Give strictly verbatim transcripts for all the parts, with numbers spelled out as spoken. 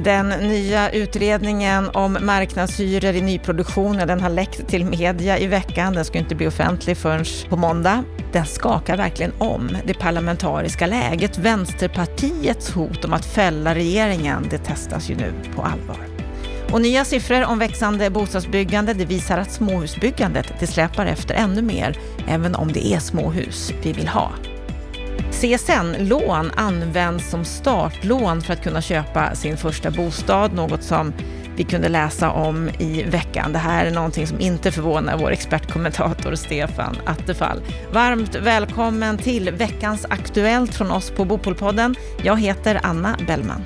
Den nya utredningen om marknadshyror i nyproduktionen, den har läckt till media i veckan. Den ska inte bli offentlig förrän på måndag. Den skakar verkligen om det parlamentariska läget. Vänsterpartiets hot om att fälla regeringen, det testas ju nu på allvar. Och nya siffror om växande bostadsbyggande, det visar att småhusbyggandet det släpar efter ännu mer, även om det är småhus vi vill ha. C S N-lån används som startlån för att kunna köpa sin första bostad, något som vi kunde läsa om i veckan. Det här är någonting som inte förvånar vår expertkommentator Stefan Attefall. Varmt välkommen till veckans Aktuellt från oss på Bopolpodden. Jag heter Anna Bellman.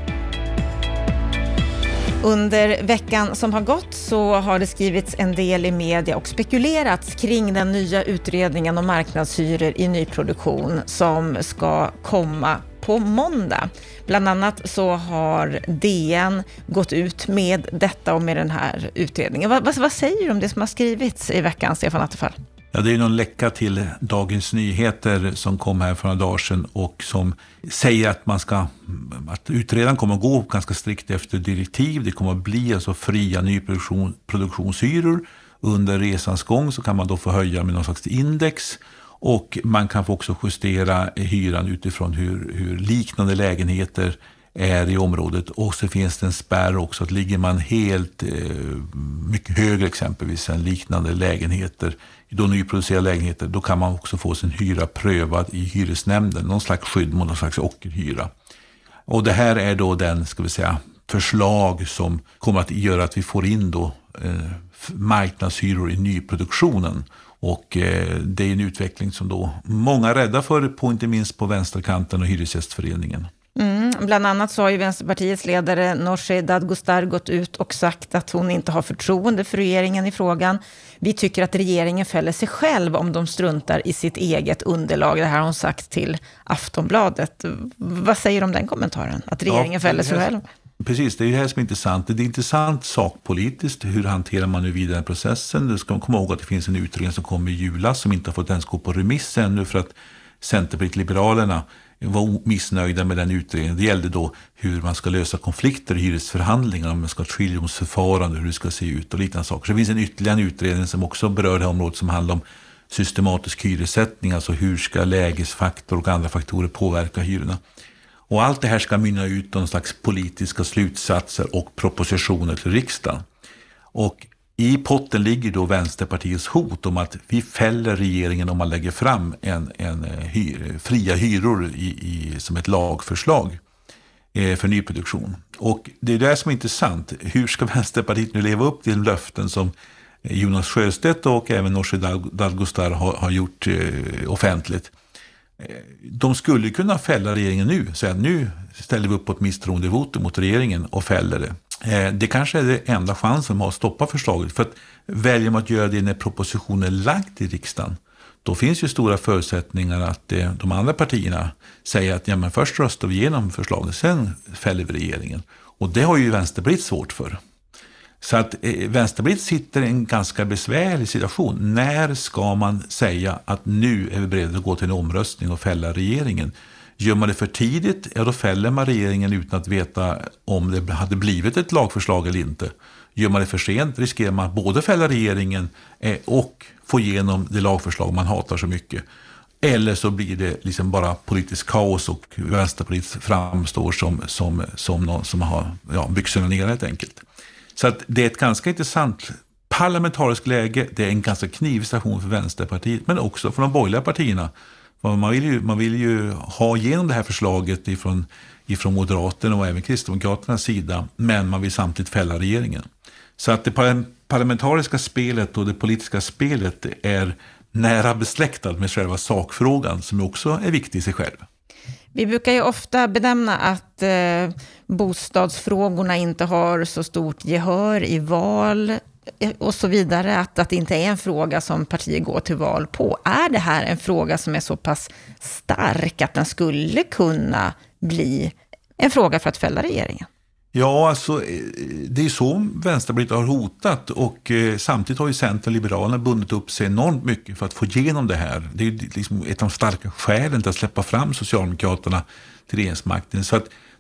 Under veckan som har gått så har det skrivits en del i media och spekulerats kring den nya utredningen om marknadshyror i nyproduktion som ska komma på måndag. Bland annat så har D N gått ut med detta och med den här utredningen. Vad, vad, vad säger du om det som har skrivits i veckan, Stefan Attefall? Ja, det är någon läcka till Dagens Nyheter som kom här för några dagar sedan och som säger att man ska, att utredaren kommer att gå ganska strikt efter direktiv. Det kommer att bli alltså fria nyproduktionshyror. Under resans gång så kan man då få höja med någon slags index och man kan få också justera hyran utifrån hur, hur liknande lägenheter är i området. Och så finns det en spärr också att ligger man helt eh, mycket högre exempelvis än liknande lägenheter, då nyproducerade lägenheter, då kan man också få sin hyra prövad i hyresnämnden, någon slags skydd mot någon slags ockerhyra. Och det här är då den, ska vi säga, förslag som kommer att göra att vi får in då eh, marknadshyror i nyproduktionen. Och eh, det är en utveckling som då många är rädda för, på inte minst på vänsterkanten och Hyresgästföreningen. Mm, bland annat så har ju Vänsterpartiets ledare Nooshi Dadgostar gått ut och sagt att hon inte har förtroende för regeringen i frågan. Vi tycker att regeringen fäller sig själv om de struntar i sitt eget underlag. Det här har hon sagt till Aftonbladet. Vad säger du om den kommentaren? Att regeringen ja, fäller sig själv? Precis, det är ju det här som är intressant. Det är intressant sakpolitiskt. Hur hanterar man nu vidare den processen? Du ska komma ihåg att det finns en utredning som kommer i julas som inte har fått ens gå på remiss ännu för att Centerpartiet Liberalerna var missnöjda med den utredningen. Det gällde då hur man ska lösa konflikter i hyresförhandlingar, om man ska ha ett skiljemsförfarande, hur det ska se ut och liknande saker. Så det finns en ytterligare utredning som också berör det här området som handlar om systematisk hyressättning, alltså hur ska lägesfaktor och andra faktorer påverka hyrorna. Och allt det här ska mynna ut någon slags politiska slutsatser och propositioner till riksdagen. Och i potten ligger då Vänsterpartiets hot om att vi fäller regeringen om man lägger fram en, en hyr, fria hyror i, i, som ett lagförslag eh, för nyproduktion. Och det är det som är intressant. Hur ska Vänsterpartiet nu leva upp till löften som Jonas Sjöstedt och även Nooshi Dadgostar har, har gjort eh, offentligt? De skulle kunna fälla regeringen nu. Så att nu ställer vi upp på ett misstroendevotum mot regeringen och fäller det. Det kanske är det enda chansen att stoppa förslaget. För att väljer man att göra det när propositionen är lagd i riksdagen, då finns ju stora förutsättningar att de andra partierna säger att ja, men först röstar vi igenom förslaget, sen fäller vi regeringen. Och det har ju Vänsterpartiet svårt för. Så att eh, Vänsterpartiet sitter i en ganska besvärlig situation. När ska man säga att nu är vi beredda att gå till en omröstning och fälla regeringen? Gör man det för tidigt, ja då fäller man regeringen utan att veta om det hade blivit ett lagförslag eller inte. Gör man det för sent riskerar man både fälla regeringen eh, och få igenom det lagförslag man hatar så mycket. Eller så blir det liksom bara politisk kaos och Vänsterpartiet framstår som, som, som någon som har ja, byxorna ner helt enkelt. Så att det är ett ganska intressant parlamentariskt läge. Det är en ganska knivig station för Vänsterpartiet, men också för de borgerliga partierna. Man vill ju, man vill ju ha igenom det här förslaget ifrån, ifrån Moderaterna och även Kristdemokraternas sida, men man vill samtidigt fälla regeringen. Så att det parlamentariska spelet och det politiska spelet är nära besläktad med själva sakfrågan som också är viktig i sig själv. Vi brukar ju ofta benämna att eh, bostadsfrågorna inte har så stort gehör i val och så vidare, att, att det inte är en fråga som partier går till val på. Är det här en fråga som är så pass stark att den skulle kunna bli en fråga för att fälla regeringen? Ja, alltså det är så Vänsterpartiet har hotat och eh, samtidigt har ju Centern och Liberalerna bundit upp sig enormt mycket för att få igenom det här. Det är liksom ett av de starka skälen till att släppa fram Socialdemokraterna till regeringsmakten. Så att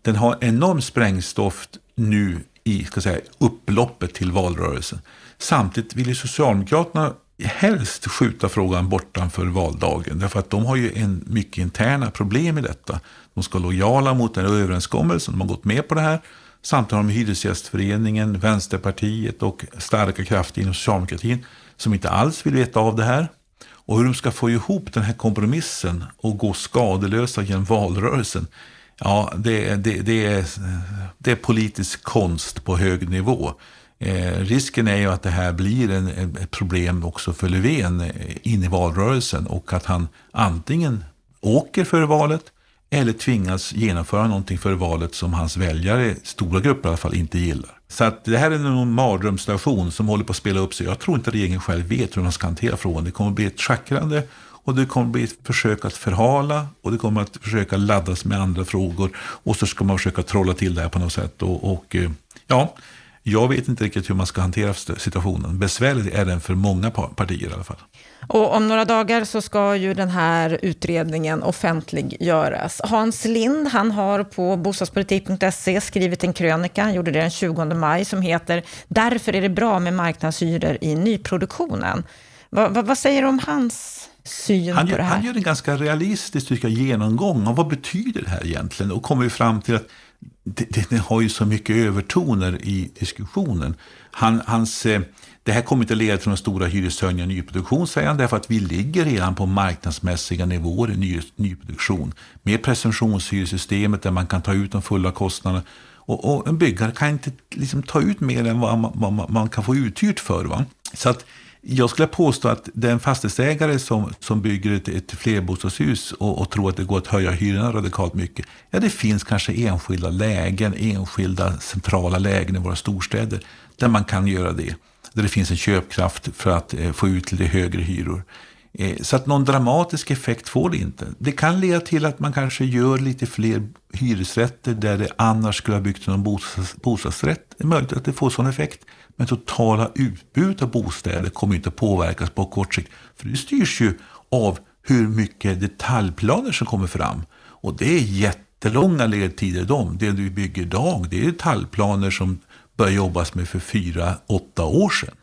den har enorm sprängstoff nu i ska säga, upploppet till valrörelsen. Samtidigt vill ju Socialdemokraterna helst skjuta frågan bortanför valdagen. Därför att de har ju en mycket interna problem i detta. De ska lojala mot den överenskommelsen. De har gått med på det här. Samtidigt har de Hyresgästföreningen, Vänsterpartiet och starka krafter inom socialdemokratin som inte alls vill veta av det här. Och hur de ska få ihop den här kompromissen och gå skadelösa genom valrörelsen. Ja, det, det, det, är, det är politisk konst på hög nivå. Eh, risken är ju att det här blir en, ett problem också för Löfven in i valrörelsen och att han antingen åker före valet eller tvingas genomföra någonting före valet som hans väljare, stora grupper i alla fall, inte gillar. Så att det här är en mardrömsstation som håller på att spela upp sig. Jag tror inte regeringen själv vet hur man ska hantera frågan. Det kommer att bli ett schackrande och det kommer att bli ett försök att förhala och det kommer att försöka laddas med andra frågor och så ska man försöka trolla till det här på något sätt. Och, och ja, jag vet inte riktigt hur man ska hantera situationen. Besvärligt är den för många partier i alla fall. Och om några dagar så ska ju den här utredningen offentliggöras. Hans Lind, han har på bostadspolitik punkt se skrivit en krönika, han gjorde det den tjugonde maj, som heter "Därför är det bra med marknadshyror i nyproduktionen". Va, va, vad säger du om hans syn han på gör, det här? Han gör en ganska realistisk tycker jag, genomgång av vad betyder det här egentligen och kommer vi fram till att det, det, det har ju så mycket övertoner i diskussionen. Han, hans... Det här kommer inte att leda till några stora hyreshöjningar i nyproduktion, säger han, därför att vi ligger redan på marknadsmässiga nivåer i ny, nyproduktion. Med presumtionshyresystemet där man kan ta ut de fulla kostnaderna. Och, och en byggare kan inte liksom ta ut mer än vad man, vad man, man kan få uthyrt för. Va? Så att jag skulle påstå att den fastighetsägare som, som bygger ett, ett flerbostadshus och, och tror att det går att höja hyrorna radikalt mycket. Ja, det finns kanske enskilda lägen, enskilda centrala lägen i våra storstäder där man kan göra det. Där det finns en köpkraft för att eh, få ut lite högre hyror. Eh, så att någon dramatisk effekt får det inte. Det kan leda till att man kanske gör lite fler hyresrätter där det annars skulle ha byggt någon bostads, bostadsrätt. Det är möjligt att det får sån effekt. Men totala utbud av bostäder kommer inte att påverkas på kort sikt. För det styrs ju av hur mycket detaljplaner som kommer fram. Och det är jättelånga ledtider de. Det du bygger idag, det är detaljplaner som började jobbas med för fyra, åtta år sedan.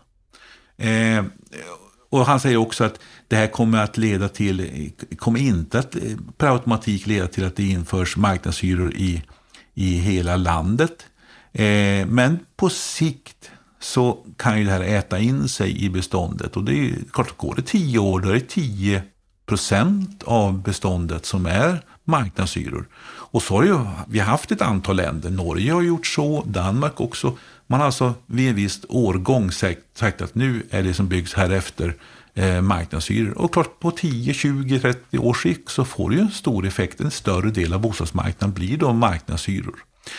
Eh, och han säger också att det här kommer att leda till, kommer inte att per automatik leda till att det införs marknadshyror i, i hela landet. Eh, men på sikt så kan ju det här äta in sig i beståndet. Och det är klart, går det tio år, då är det tio procent av beståndet som är marknadshyror. Och så har ju, vi har haft ett antal länder. Norge har gjort så, Danmark också. Man har alltså vid en viss årgång sagt, sagt att nu är det som byggs här efter eh, marknadshyror. Och klart på tio, tjugo, trettio års sikt så får det ju en stor effekt. En större del av bostadsmarknaden blir då marknadshyror.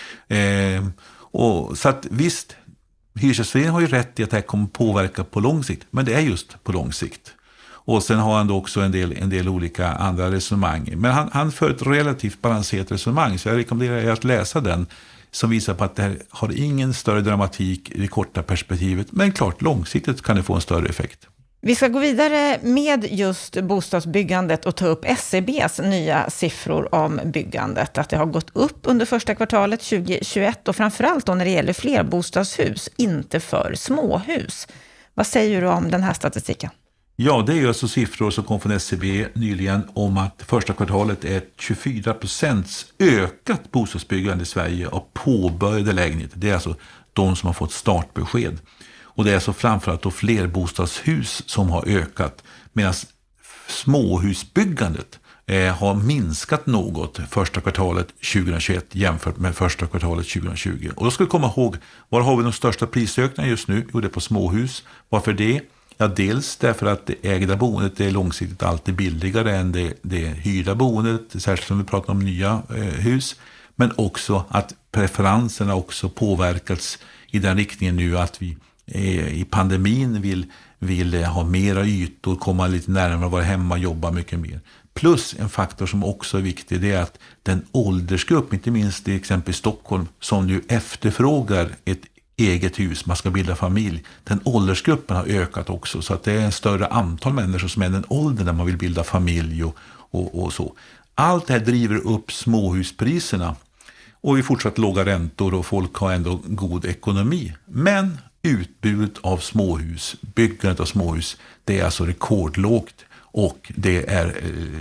Eh, och, så att visst, Hyresgästföreningen har ju rätt i att det här kommer påverka på lång sikt. Men det är just på lång sikt. Och sen har han då också en del, en del olika andra resonemang. Men han, han för ett relativt balanserat resonemang. Så jag rekommenderar er att läsa den. Som visar på att det här har ingen större dramatik i det korta perspektivet. Men klart, långsiktigt kan det få en större effekt. Vi ska gå vidare med just bostadsbyggandet och ta upp S C B:s nya siffror om byggandet. Att det har gått upp under första kvartalet tjugohundratjugoett och framförallt då när det gäller flerbostadshus, inte för småhus. Vad säger du om den här statistiken? Ja, det är ju alltså siffror som kom från S C B nyligen om att första kvartalet är tjugofyra procent ökat bostadsbyggande i Sverige av påbörjade lägenheter. Det är alltså de som har fått startbesked. Och det är alltså framförallt då fler bostadshus som har ökat medan småhusbyggandet eh, har minskat något första kvartalet tjugohundratjugoett jämfört med första kvartalet tjugohundratjugo. Och då ska vi komma ihåg, var har vi de största prisökningarna just nu? Jo, det är på småhus. Varför det? Ja, dels därför att det ägda boendet är långsiktigt alltid billigare än det, det hyrda boendet, särskilt som vi pratar om nya eh, hus. Men också att preferenserna också påverkats i den riktningen nu att vi eh, i pandemin vill, vill ha mera ytor, komma lite närmare, vara hemma och jobba mycket mer. Plus en faktor som också är viktig, det är att den åldersgrupp, inte minst i exempel Stockholm, som nu efterfrågar ett eget hus, man ska bilda familj. Den åldersgruppen har ökat också så att det är en större antal människor som är den åldern när man vill bilda familj och, och, och så. Allt det här driver upp småhuspriserna Och vi fortsatt låga räntor och folk har ändå god ekonomi. Men utbudet av småhus, byggandet av småhus, det är alltså rekordlågt. Och det är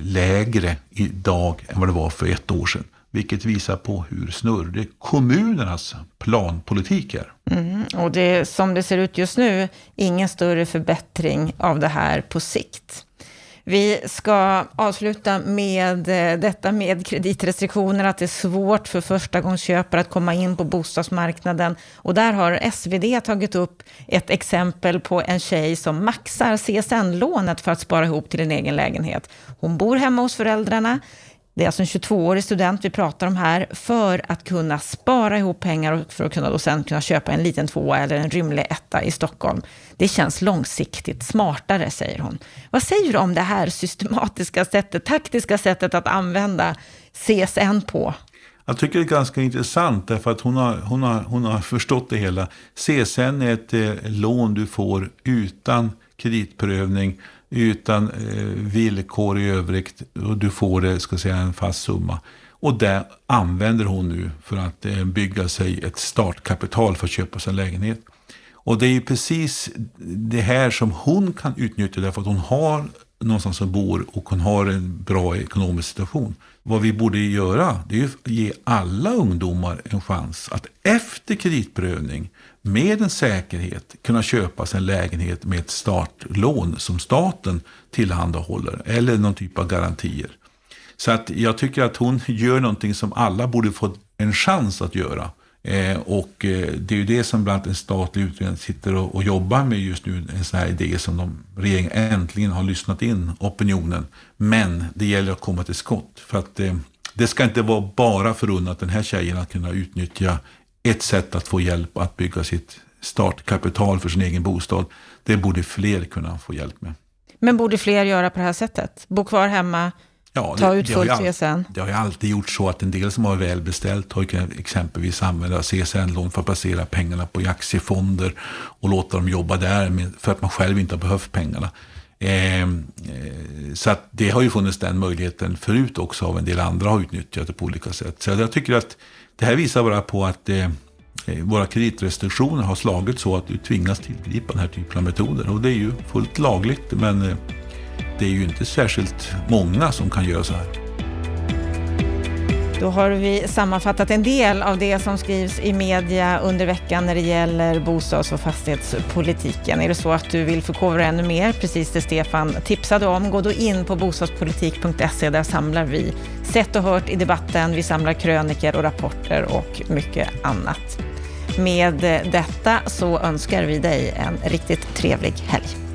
lägre idag än vad det var för ett år sedan. Vilket visar på hur snurrig kommunernas planpolitik är. Mm, och det, som det ser ut just nu, ingen större förbättring av det här på sikt. Vi ska avsluta med detta med kreditrestriktioner, att det är svårt för förstagångsköpare att komma in på bostadsmarknaden. Och där har S V D tagit upp ett exempel på en tjej som maxar C S N-lånet för att spara ihop till en egen lägenhet. Hon bor hemma hos föräldrarna. Det är alltså en tjugotvåårig student vi pratar om här, för att kunna spara ihop pengar och för att kunna då sen kunna köpa en liten tvåa eller en rymlig etta i Stockholm. Det känns långsiktigt smartare, säger hon. Vad säger du om det här systematiska sättet, taktiska sättet att använda C S N på? Jag tycker det är ganska intressant därför att hon har, hon har, hon har förstått det hela. C S N är ett eh, lån du får utan kreditprövning, utan eh, villkor i övrigt, och du får det, ska säga, en fast summa. Och det använder hon nu för att eh, bygga sig ett startkapital för att köpa sig en lägenhet. Och det är ju precis det här som hon kan utnyttja, därför att hon har någonstans som bor och hon har en bra ekonomisk situation. Vad vi borde göra, det är ju att ge alla ungdomar en chans att efter kreditprövning med en säkerhet kunna köpa sig en lägenhet med ett startlån som staten tillhandahåller eller någon typ av garantier. Så att jag tycker att hon gör någonting som alla borde få en chans att göra. Eh, och eh, det är ju det som bland annat en statlig utredning sitter och, och jobbar med just nu, en sån här idé som de, regeringen äntligen har lyssnat in opinionen. Men det gäller att komma till skott, för att eh, det ska inte vara bara förunnat den här tjejen att kunna utnyttja ett sätt att få hjälp att bygga sitt startkapital för sin egen bostad. Det borde fler kunna få hjälp med. Men borde fler göra på det här sättet? Bo kvar hemma? Ja, det, ta ut fullt C S N. Det har ju alltid gjort så att en del som har välbeställt har ju exempelvis använda C S N-lån för att placera pengarna på aktiefonder och låta dem jobba där med, för att man själv inte har behövt pengarna. Eh, så att det har ju funnits den möjligheten förut också, av en del andra har utnyttjat det på olika sätt. Så jag tycker att det här visar bara på att eh, våra kreditrestriktioner har slagit så att du tvingas tillgripa den här typen av metoder. Och det är ju fullt lagligt, men eh, det är ju inte särskilt många som kan göra så här. Då har vi sammanfattat en del av det som skrivs i media under veckan när det gäller bostads- och fastighetspolitiken. Är det så att du vill förkovra ännu mer, precis det Stefan tipsade om, gå då in på bostadspolitik punkt se. Där samlar vi sett och hört i debatten, vi samlar kröniker och rapporter och mycket annat. Med detta så önskar vi dig en riktigt trevlig helg.